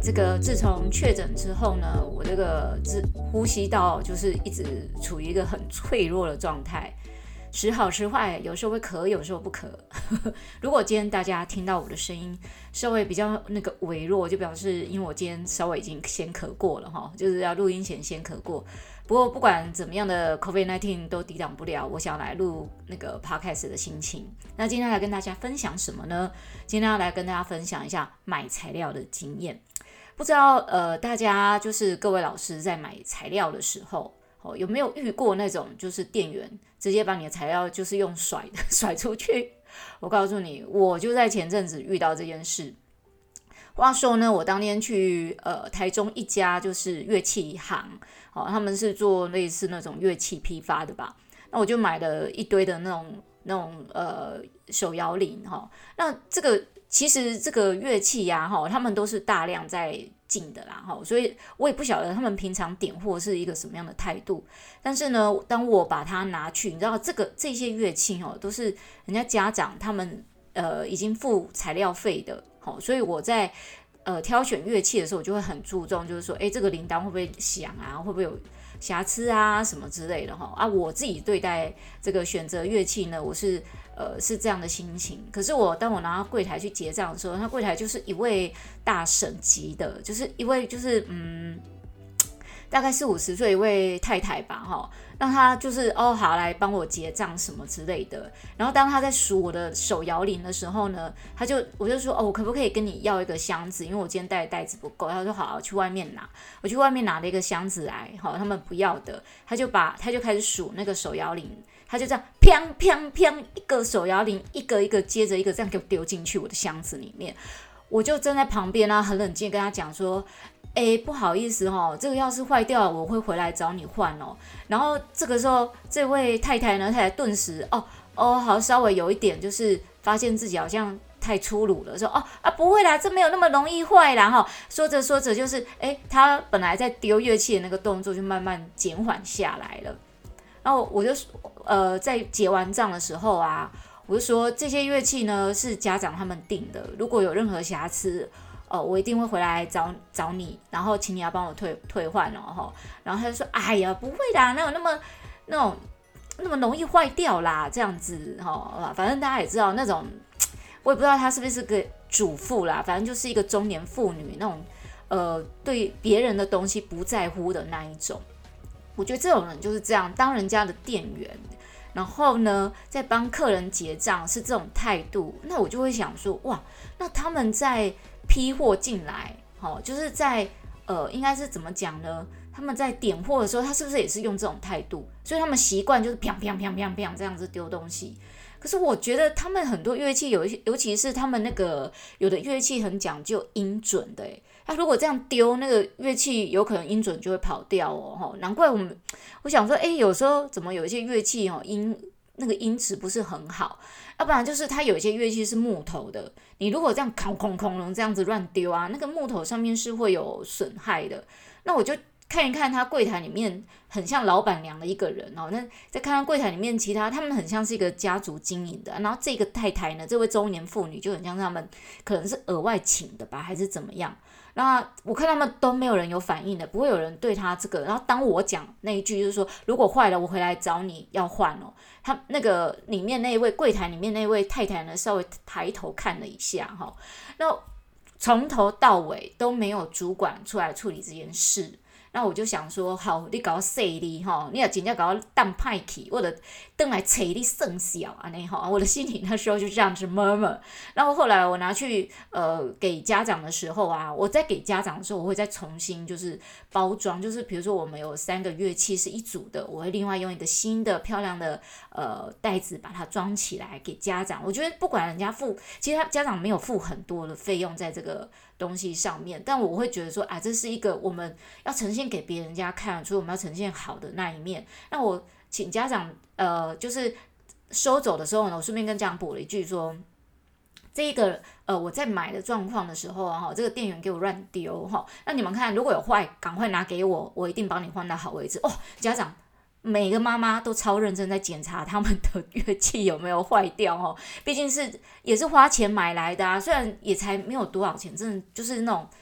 这个自从确诊之后呢，我这个呼吸道就是一直处于一个很脆弱的状态，时好时坏，有时候会咳，有时候不咳。如果今天大家听到我的声音稍微比较那个微弱，就表示因为我今天稍微已经先咳过了哈，就是要录音前先咳过。不过不管怎么样的 COVID-19 都抵挡不了我想来录那个 podcast 的心情。那今天来跟大家分享什么呢？今天要来跟大家分享一下买材料的经验。不知道大家就是各位老师在买材料的时候，有没有遇过那种就是店员直接把你的材料就是用甩的甩出去？我告诉你，我就在前阵子遇到这件事。话说呢，我当天去台中一家就是乐器行，他们是做类似那种乐器批发的吧。那我就买了一堆的那种手摇铃哈。那其实这个乐器啊他们都是大量在进的啦所以我也不晓得他们平常点货是一个什么样的态度。但是呢，当我把它拿去，你知道这些乐器都是人家家长他们已经付材料费的所以我在挑选乐器的时候，我就会很注重，就是说，这个铃铛会不会响啊，会不会有瑕疵啊，什么之类的我自己对待这个选择乐器呢，我是这样的心情。可是当我拿到柜台去结账的时候，那柜台就是一位大婶级的，就是一位就是大概40-50岁一位太太吧让他就是好来帮我结账什么之类的。然后当他在数我的手摇铃的时候呢，我就说我可不可以跟你要一个箱子，因为我今天带的袋子不够。他说好，我去外面拿。我去外面拿了一个箱子来他们不要的，他就开始数那个手摇铃，他就这样砰砰砰，一个手摇铃一个一个接着一个这样给我丢进去我的箱子里面。我就站在旁边很冷静跟他讲说，不好意思这个要是坏掉了，我会回来找你换然后这个时候，这位太太顿时好稍微有一点就是发现自己好像太粗鲁了，说不会啦，这没有那么容易坏啦说着说着就是他本来在丢乐器的那个动作就慢慢减缓下来了。然后我就在结完账的时候我就说这些乐器呢是家长他们订的，如果有任何瑕疵我一定会回来找你，然后请你要帮我退换然后他就说哎呀不会啦，哪有那么容易坏掉啦，这样子反正大家也知道那种，我也不知道他是不是个主妇啦，反正就是一个中年妇女那种对别人的东西不在乎的那一种。我觉得这种人就是这样，当人家的店员，然后呢在帮客人结账是这种态度，那我就会想说哇，那他们在批货进来就是在应该是怎么讲呢，他们在点货的时候他是不是也是用这种态度，所以他们习惯就是砰砰砰砰砰这样子丢东西。可是我觉得他们很多乐器尤其是他们那个有的乐器很讲究音准的他如果这样丢那个乐器，有可能音准就会跑掉难怪我想说有时候怎么有一些乐器那个音质不是很好，要不然就是它有一些乐器是木头的，你如果这样空这样子乱丢那个木头上面是会有损害的。那我就看一看他柜台里面很像老板娘的一个人那再看看柜台里面他们很像是一个家族经营的，然后这个太太呢，这位中年妇女就很像他们可能是额外请的吧，还是怎么样。那我看他们都没有人有反应的，不会有人对他这个。然后当我讲那一句就是说，如果坏了我回来找你要换他那个里面那一位柜台里面那一位太太呢，稍微抬头看了一下那从头到尾都没有主管出来处理这件事。那我就想说，好，你给我说你你也真正给我当派去，我就回来找你算小我的心里那时候就这样子 murmur。然后后来我拿去给家长的时候我在给家长的时候，我会再重新就是包装，就是比如说我们有3个乐器是一组的，我会另外用一个新的漂亮的袋子把它装起来给家长。我觉得不管人家其实家长没有付很多的费用在这个东西上面，但我会觉得说这是一个我们要呈现给别人家看，所以我们要呈现好的那一面。那我请家长就是收走的时候呢，我顺便跟家长补了一句说，这个我在买的状况的时候这个店员给我乱丢那你们看如果有坏赶快拿给我，我一定帮你换到好位置家长每个妈妈都超认真在检查他们的乐器有没有坏掉毕竟也是花钱买来的虽然也才没有多少钱，真的就是那种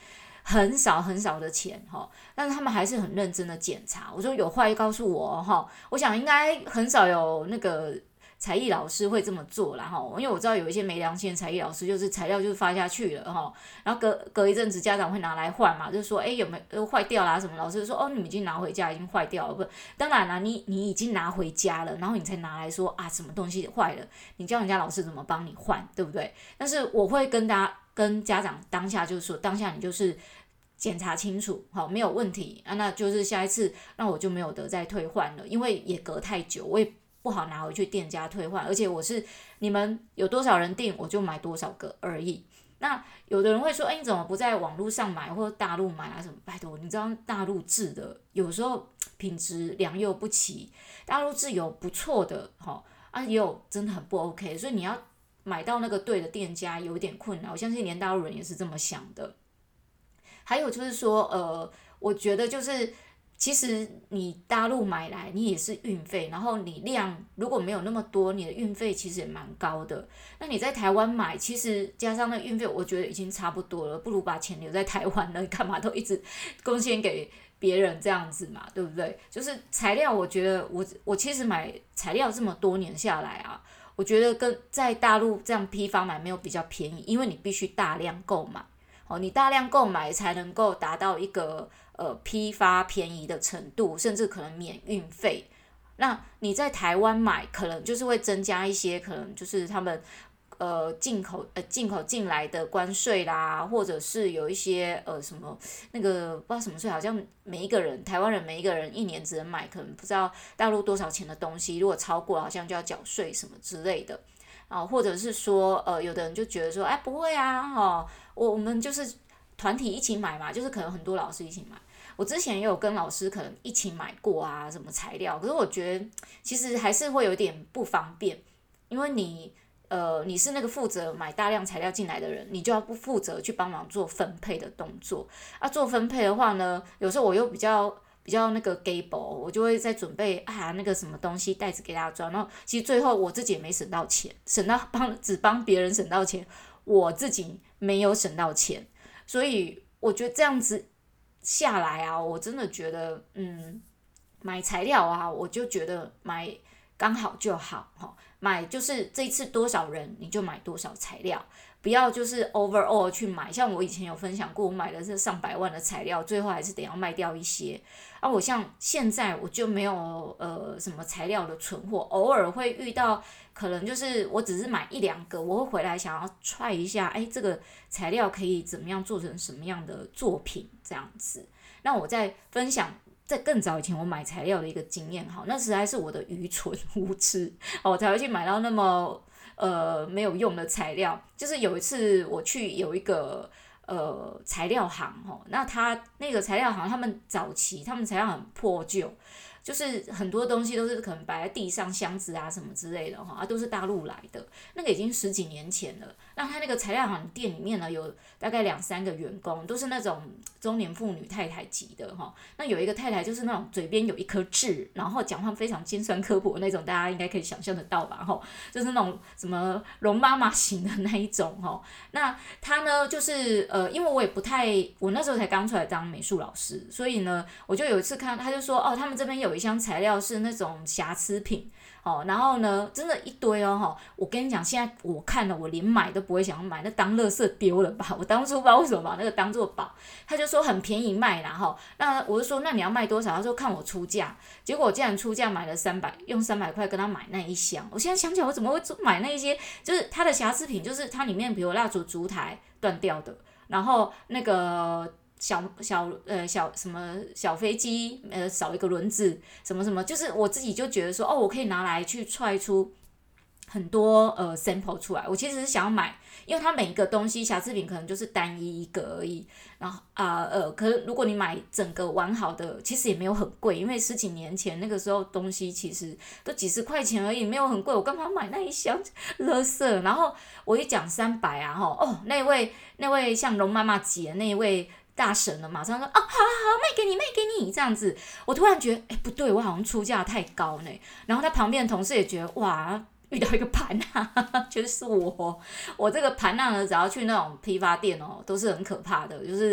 很少很少的钱但是他们还是很认真的检查。我说有坏告诉我我想应该很少有那个才艺老师会这么做啦因为我知道有一些没良心的才艺老师，就是材料就是发下去了然后隔一阵子家长会拿来换嘛，就是说有没有坏掉啦什么，老师就说你们已经拿回家已经坏掉了，不，当然啦，你已经拿回家了，然后你才拿来说什么东西坏了，你叫人家老师怎么帮你换，对不对？但是我会跟家长当下就是说，当下你就是检查清楚没有问题那就是下一次那我就没有得再退换了，因为也隔太久，我也不好拿回去店家退换，而且我是你们有多少人订我就买多少个而已。那有的人会说你怎么不在网络上买或者大陆买什么，拜托你知道大陆制的有时候品质良莠不齐，大陆制有不错的也有真的很不 OK， 所以你要买到那个对的店家有点困难，我相信连大陆人也是这么想的。还有就是说我觉得就是其实你大陆买来你也是运费，然后你量如果没有那么多，你的运费其实也蛮高的。那你在台湾买，其实加上那运费，我觉得已经差不多了，不如把钱留在台湾了，干嘛都一直贡献给别人这样子嘛，对不对？就是材料，我觉得我其实买材料这么多年下来我觉得跟在大陆这样批发买没有比较便宜，因为你必须大量购买。你大量购买才能够达到一个批发便宜的程度，甚至可能免运费。那你在台湾买，可能就是会增加一些，可能就是他们进口进来的关税啦，或者是有一些什么那个不知道什么税，好像台湾人每一个人一年只能买可能不知道大陆多少钱的东西，如果超过好像就要缴税什么之类的。或者是说有的人就觉得说不会我们就是团体一起买嘛，就是可能很多老师一起买。我之前也有跟老师可能一起买过什么材料，可是我觉得其实还是会有点不方便，因为你是那个负责买大量材料进来的人，你就要不负责去帮忙做分配的动作做分配的话呢，有时候我又比较那个 gable， 我就会再准备那个什么东西袋子给大家装，然后其实最后我自己也没省到钱，只帮别人省到钱，我自己没有省到钱，所以我觉得这样子下来我真的觉得买材料我就觉得买刚好就好买就是这一次多少人你就买多少材料，不要就是 overall 去买。像我以前有分享过，我买的是上百万的材料，最后还是得要卖掉一些我像现在我就没有什么材料的存货，偶尔会遇到，可能就是我只是买一两个，我会回来想要 try 一下这个材料可以怎么样做成什么样的作品这样子。那我再分享在更早以前我买材料的一个经验那实在是我的愚蠢无知我才会去买到那么没有用的材料。就是有一次我去有一个材料行那他那个材料行他们早期他们材料很破旧，就是很多东西都是可能摆在地上箱子什么之类的都是大陆来的，那个已经10几年前了。那他那个材料行店里面呢，有大概2-3个员工，都是那种中年妇女太太级的那有一个太太就是那种嘴边有一颗痣，然后讲话非常尖酸刻薄的那种，大家应该可以想象得到吧就是那种什么龙妈妈型的那一种那他呢就是因为我那时候才刚出来当美术老师，所以呢我就有一次看他就说他们这边有一箱材料是那种瑕疵品然后呢真的一堆我跟你讲，现在我看了我连买都不会想要买，那当垃圾丢了吧。我当初不知道为什么把那个当做宝，他就说很便宜卖啦那我就说那你要卖多少，他说看我出价，结果我竟然出价买了300，用300块跟他买那一箱。我现在想起来我怎么会买那一些，就是它的瑕疵品，就是它里面比如蜡烛烛台断掉的，然后那个小什么小飞机少一个轮子什么什么，就是我自己就觉得说我可以拿来去踹出很多sample 出来。我其实是想要买，因为它每一个东西瑕疵品可能就是单一一个而已，然后可是如果你买整个完好的，其实也没有很贵，因为10几年前那个时候东西其实都几十块钱而已，没有很贵，我干嘛买那一箱垃圾？然后我一讲300那位像龙妈妈级的那一位大神了，马上说好卖给你这样子。我突然觉得不对，我好像出价太高呢。然后他旁边的同事也觉得哇，遇到一个盘觉得是我这个盘呢，只要去那种批发店都是很可怕的，就是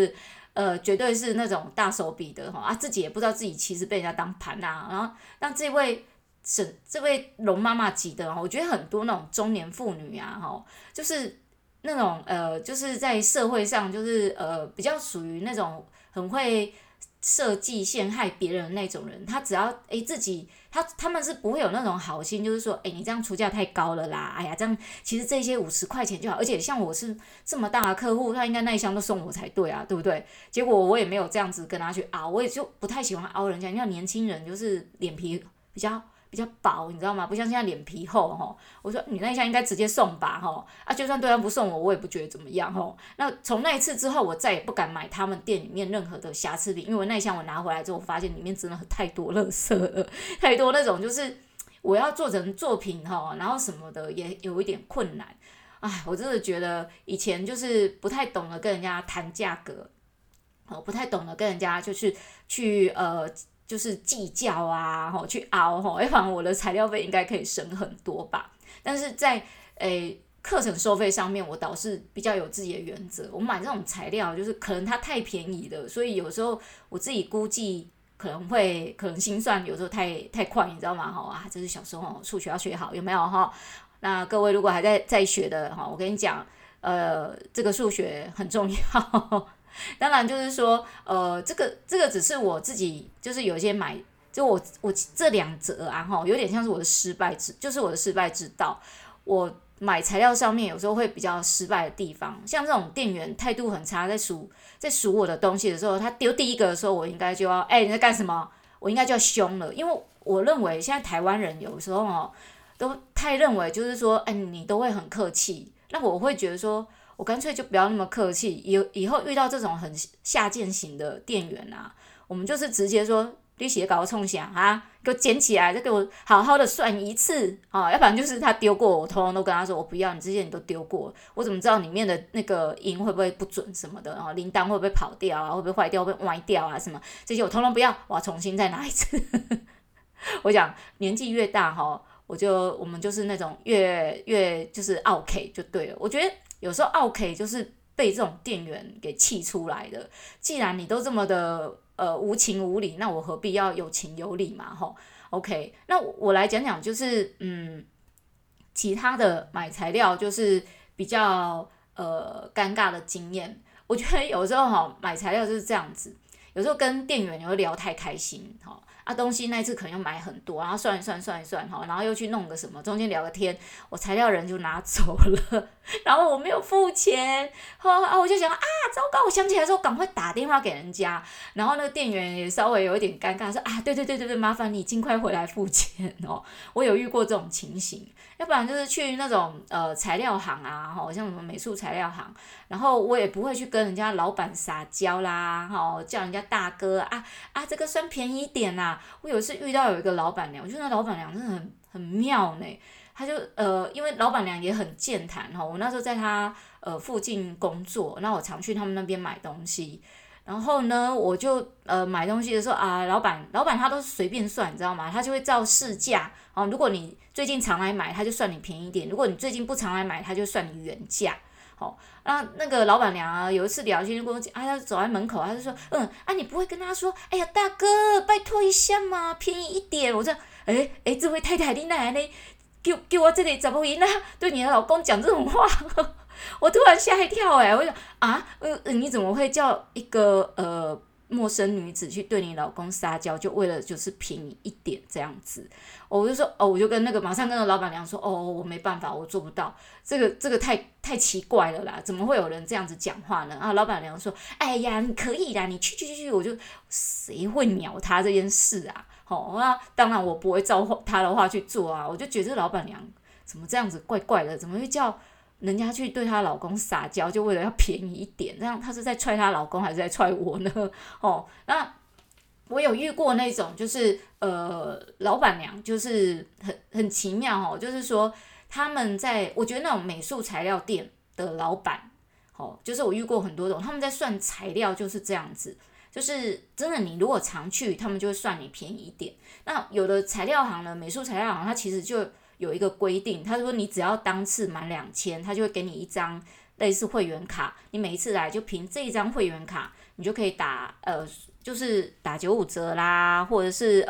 绝对是那种大手笔的哈，自己也不知道自己其实被人家当盘啊，然后让这位龙妈妈级的，我觉得很多那种中年妇女啊，就是那种就是在社会上就是比较属于那种很会设计陷害别人的那种人，他只要自己他们是不会有那种好心，就是说你这样出价太高了啦，哎呀这样其实这些50块钱就好，而且像我是这么大的客户，他应该那一箱都送我才对啊，对不对？结果我也没有这样子跟他去凹，我也就不太喜欢凹人家，你看年轻人就是脸皮比较薄，你知道吗？不像现在脸皮厚吼。我说你那一箱应该直接送吧吼，就算对方不送我也不觉得怎么样吼。那从那一次之后，我再也不敢买他们店里面任何的瑕疵品，因为我那一箱我拿回来之后，我发现里面真的太多垃圾了，太多那种就是我要做成作品吼，然后什么的也有一点困难。我真的觉得以前就是不太懂得跟人家谈价格，不太懂得跟人家就是就是计较啊，去凹，要不然我的材料费应该可以省很多吧。但是在课程收费上面，我倒是比较有自己的原则。我买这种材料，就是可能它太便宜了，所以有时候我自己估计可能心算有时候太快，你知道吗？这是小时候数学要学好，有没有哈？那各位如果还在学的我跟你讲，这个数学很重要。当然就是说，这个只是我自己，就是有一些就我这2则啊，有点像是我的失败就是我的失败之道。我买材料上面有时候会比较失败的地方，像这种店员态度很差，在数我的东西的时候，他丢第一个的时候，我应该就要，你在干什么？我应该就要凶了，因为我认为现在台湾人有时候都太认为就是说，你都会很客气，那我会觉得说，我干脆就不要那么客气，以后遇到这种很下贱型的店员啊，我们就是直接说你鞋搞冲响啊，给我捡起来，再给我好好的算一次要不然就是他丢过我通通都跟他说我不要，你这些你都丢过，我怎么知道里面的那个音会不会不准什么的，铃铛会不会跑掉啊，会不会坏掉，会不会歪掉啊，什么这些我通通不要，我要重新再拿一次。我讲年纪越大我们就是那种越就是傲 K 就对了。我觉得有时候傲 K 就是被这种店员给气出来的。既然你都这么的无情无理，那我何必要有情有理嘛？OK， 那我来讲讲就是其他的买材料就是比较尴尬的经验。我觉得有时候买材料就是这样子，有时候跟店员你会聊太开心东西那一次可能要买很多，然后算一算然后又去弄个什么，中间聊个天，我材料人就拿走了，然后我没有付钱，我就想糟糕，我想起来之后赶快打电话给人家，然后那个店员也稍微有一点尴尬，说对，麻烦你尽快回来付钱我有遇过这种情形，要不然就是去那种材料行啊，像什么美术材料行，然后我也不会去跟人家老板撒娇啦，叫人家大哥这个算便宜一点啦。我有一次遇到有一个老板娘，我觉得那老板娘真的很妙呢。她就因为老板娘也很健谈我那时候在她附近工作，那我常去他们那边买东西。然后呢，我就买东西的时候老板他都随便算，你知道吗？他就会照市价如果你最近常来买，他就算你便宜一点；如果你最近不常来买，他就算你原价。那个老板娘有一次聊天就跟我讲，她走在门口，她就说，你不会跟他说，哎呀大哥，拜托一下嘛，便宜一点。我说，这位太太，你哪来呢？给我这里怎么赢啊？对你的老公讲这种话，我突然吓一跳我想你怎么会叫一个陌生女子去对你老公撒娇，就为了就是便宜一点这样子？我就说我就跟马上跟那个老板娘说我没办法，我做不到，这个太奇怪了啦，怎么会有人这样子讲话呢？老板娘说，哎呀，你可以啦，你去，我就谁会鸟他这件事啊？那当然我不会照他的话去做啊，我就觉得这老板娘怎么这样子怪怪的，怎么会叫人家去对她老公撒娇，就为了要便宜一点？这样她是在踹她老公还是在踹我呢？那我有遇过那种就是老板娘就是很奇妙就是说他们我觉得那种美术材料店的老板就是我遇过很多种，他们在算材料就是这样子。就是真的，你如果常去，他们就会算你便宜一点。那有的材料行呢，美术材料行，它其实就有一个规定，他说你只要当次满2000，他就会给你一张类似会员卡，你每一次来就凭这一张会员卡， 你就可以打就是打95折啦，或者是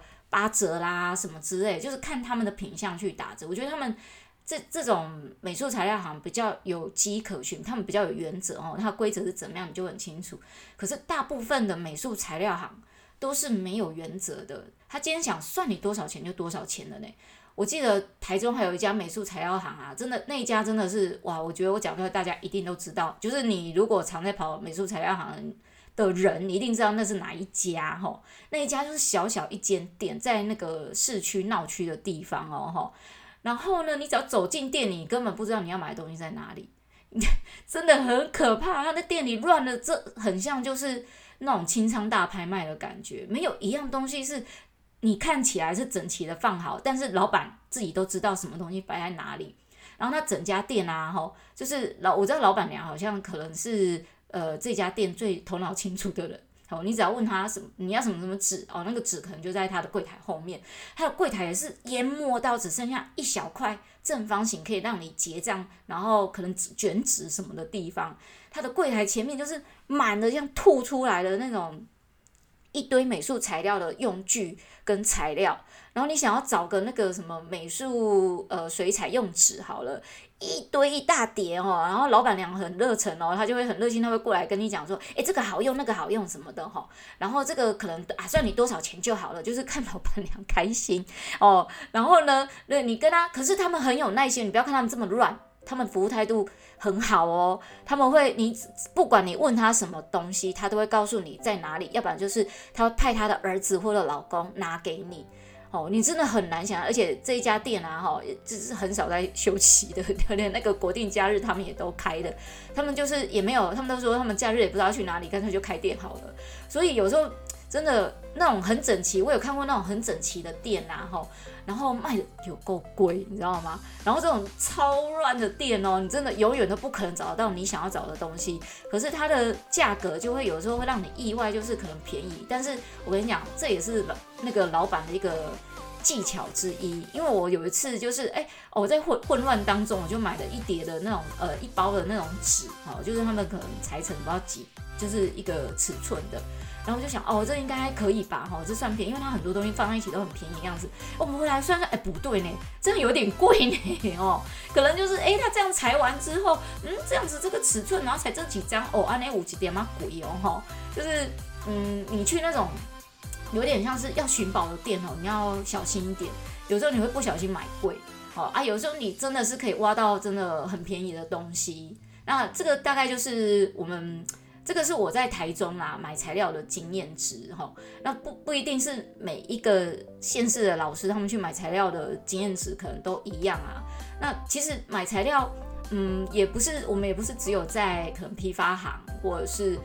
8折啦什么之类，就是看他们的品项去打折。我觉得他们这种美术材料行比较有迹可循，他们比较有原则哦，它的规则是怎么样你就很清楚。可是大部分的美术材料行都是没有原则的，他今天想算你多少钱就多少钱了呢。我记得台中还有一家美术材料行啊，真的那一家真的是哇，我觉得我讲出来大家一定都知道，就是你如果常在跑美术材料行的人，你一定知道那是哪一家吼。那一家就是小小一间店，在那个市区闹区的地方哦吼。然后呢，你只要走进店里，你根本不知道你要买的东西在哪里，真的很可怕。他的店里乱的，这很像就是那种清仓大拍卖的感觉，没有一样东西是你看起来是整齐的放好，但是老板自己都知道什么东西摆在哪里。然后他整家店啊，吼，就是我知道老板娘好像可能是这家店最头脑清楚的人。好，你只要问他什么，你要什么纸哦，那个纸可能就在他的柜台后面，他的柜台也是淹没到只剩下一小块正方形可以让你结账，然后可能卷纸什么的地方，他的柜台前面就是满了像吐出来的那种一堆美术材料的用具跟材料，然后你想要找个那个什么美术水彩用纸好了，一堆一大叠哦，然后老板娘很热忱哦，她就会很热心，她会过来跟你讲说，这个好用，那个好用什么的哈，然后这个可能算你多少钱就好了，就是看老板娘开心哦。然后呢，你跟他，可是他们很有耐心，你不要看他们这么乱。他们服务态度很好哦，他们会，你不管你问他什么东西，他都会告诉你在哪里，要不然就是他会派他的儿子或者老公拿给你。哦，你真的很难想象，而且这一家店啊，就是很少在休息的，连那个国定假日他们也都开的，他们就是也没有，他们都说他们假日也不知道去哪里，干脆就开店好了。所以有时候真的那种很整齐，我有看过那种很整齐的店啊，然后卖的有够贵，你知道吗？然后这种超乱的店哦，你真的永远都不可能找得到你想要找的东西。可是它的价格就会有时候会让你意外，就是可能便宜。但是我跟你讲，这也是那个老板的一个技巧之一。因为我有一次就是我在混乱当中，我就买了一叠的那种一包的那种纸，就是他们可能裁成不知道几，就是一个尺寸的。然后我就想，这应该可以吧，这算便宜，因为它很多东西放在一起都很便宜的样子。我们回来算算，不对呢，真的有点贵呢，可能就是它这样裁完之后，这样子这个尺寸，然后才这几张，安内有一点嘛贵哦，就是你去那种有点像是要寻宝的店你要小心一点，有时候你会不小心买贵，有时候你真的是可以挖到真的很便宜的东西。那这个大概就是这个是我在台中啦买材料的经验值那不一定是每一个县市的老师他们去买材料的经验值可能都一样啊。那其实买材料我们也不是只有在可能批发行或者是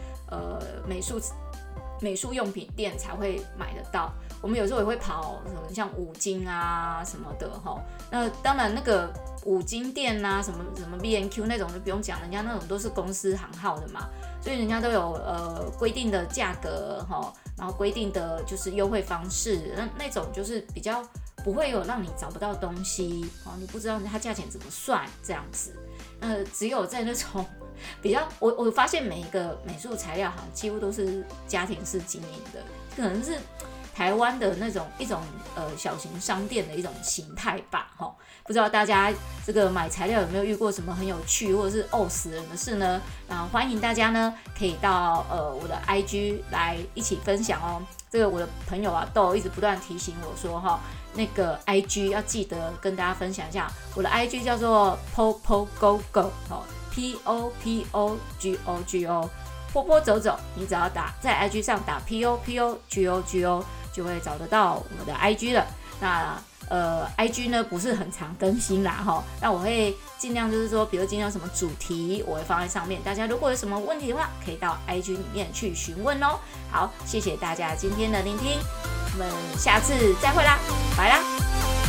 美术用品店才会买得到，我们有时候也会跑像五金啊什么的那当然那个五金店啊什么 B&Q 那种就不用讲，人家那种都是公司行号的嘛，所以人家都有规定的价格然后规定的就是优惠方式，那种就是比较不会有让你找不到东西你不知道它价钱怎么算这样子。只有在那种比较我发现每一个美术材料行几乎都是家庭式经营的，可能是台湾的那种一种小型商店的一种形态吧不知道大家这个买材料有没有遇过什么很有趣或者是死人的事呢？欢迎大家呢可以到我的 IG 来一起分享哦。这个我的朋友啊都一直不断提醒我说那个 IG 要记得跟大家分享一下，我的 IG 叫做 POPOGOGO POPOGOGO 坡坡走走，你只要在 IG 上打 POPOGOGO 就会找得到我的 IG 了。那IG 呢不是很常更新啦那我会尽量就是说，比如今天有什么主题我会放在上面，大家如果有什么问题的话可以到 IG 里面去询问哦。好，谢谢大家今天的聆听，我们下次再会啦，拜啦。